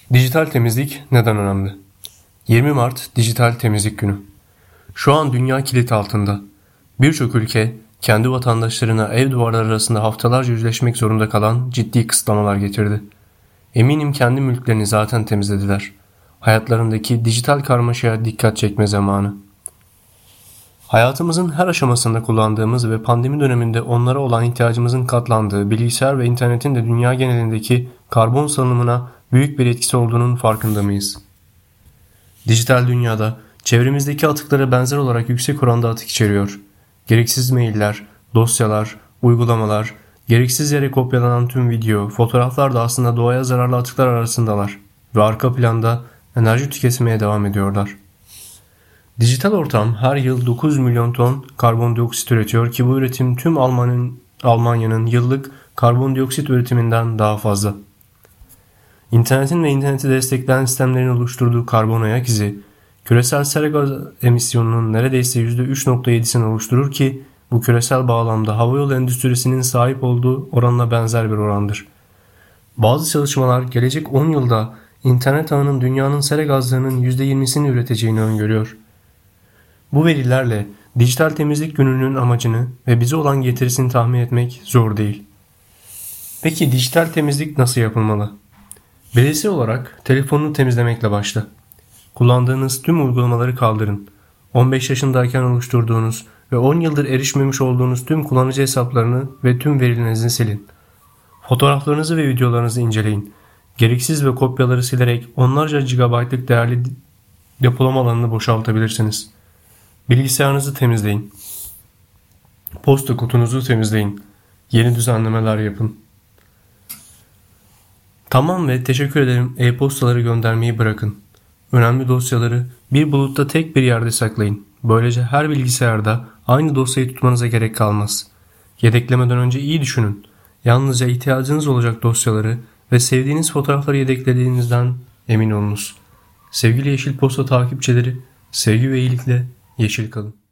Dijital temizlik neden önemli? 20 Mart Dijital Temizlik Günü. Şu an dünya kilit altında. Birçok ülke kendi vatandaşlarına ev duvarları arasında haftalarca yüzleşmek zorunda kalan ciddi kısıtlamalar getirdi. Eminim kendi mülklerini zaten temizlediler. Hayatlarındaki dijital karmaşaya dikkat çekme zamanı. Hayatımızın her aşamasında kullandığımız ve pandemi döneminde onlara olan ihtiyacımızın katlandığı bilgisayar ve internetin de dünya genelindeki karbon salınımına büyük bir etkisi olduğunun farkında mıyız? Dijital dünyada çevremizdeki atıklara benzer olarak yüksek oranda atık içeriyor. Gereksiz mailler, dosyalar, uygulamalar, gereksiz yere kopyalanan tüm video, fotoğraflar da aslında doğaya zararlı atıklar arasındalar ve arka planda enerji tüketmeye devam ediyorlar. Dijital ortam her yıl 9 milyon ton karbondioksit üretiyor ki bu üretim tüm Almanya'nın yıllık karbondioksit üretiminden daha fazla. İnternetin ve interneti destekleyen sistemlerin oluşturduğu karbon ayak izi, küresel sera gaz emisyonunun neredeyse %3.7'sini oluşturur ki bu küresel bağlamda havayolu endüstrisinin sahip olduğu oranla benzer bir orandır. Bazı çalışmalar gelecek 10 yılda internet ağının dünyanın sera gazlarının %20'sini üreteceğini öngörüyor. Bu verilerle dijital temizlik gününün amacını ve bize olan getirisini tahmin etmek zor değil. Peki dijital temizlik nasıl yapılmalı? Bireysel olarak telefonunu temizlemekle başla. Kullandığınız tüm uygulamaları kaldırın. 15 yaşındayken oluşturduğunuz ve 10 yıldır erişmemiş olduğunuz tüm kullanıcı hesaplarını ve tüm verilerinizi silin. Fotoğraflarınızı ve videolarınızı inceleyin. Gereksiz ve kopyaları silerek onlarca gigabaytlık değerli depolama alanını boşaltabilirsiniz. Bilgisayarınızı temizleyin. Posta kutunuzu temizleyin. Yeni düzenlemeler yapın. Tamam ve teşekkür ederim e-postaları göndermeyi bırakın. Önemli dosyaları bir bulutta tek bir yerde saklayın. Böylece her bilgisayarda aynı dosyayı tutmanıza gerek kalmaz. Yedeklemeden önce iyi düşünün. Yalnızca ihtiyacınız olacak dosyaları ve sevdiğiniz fotoğrafları yedeklediğinizden emin olunuz. Sevgili Yeşil Posta takipçileri, sevgi ve iyilikle yeşil kalın.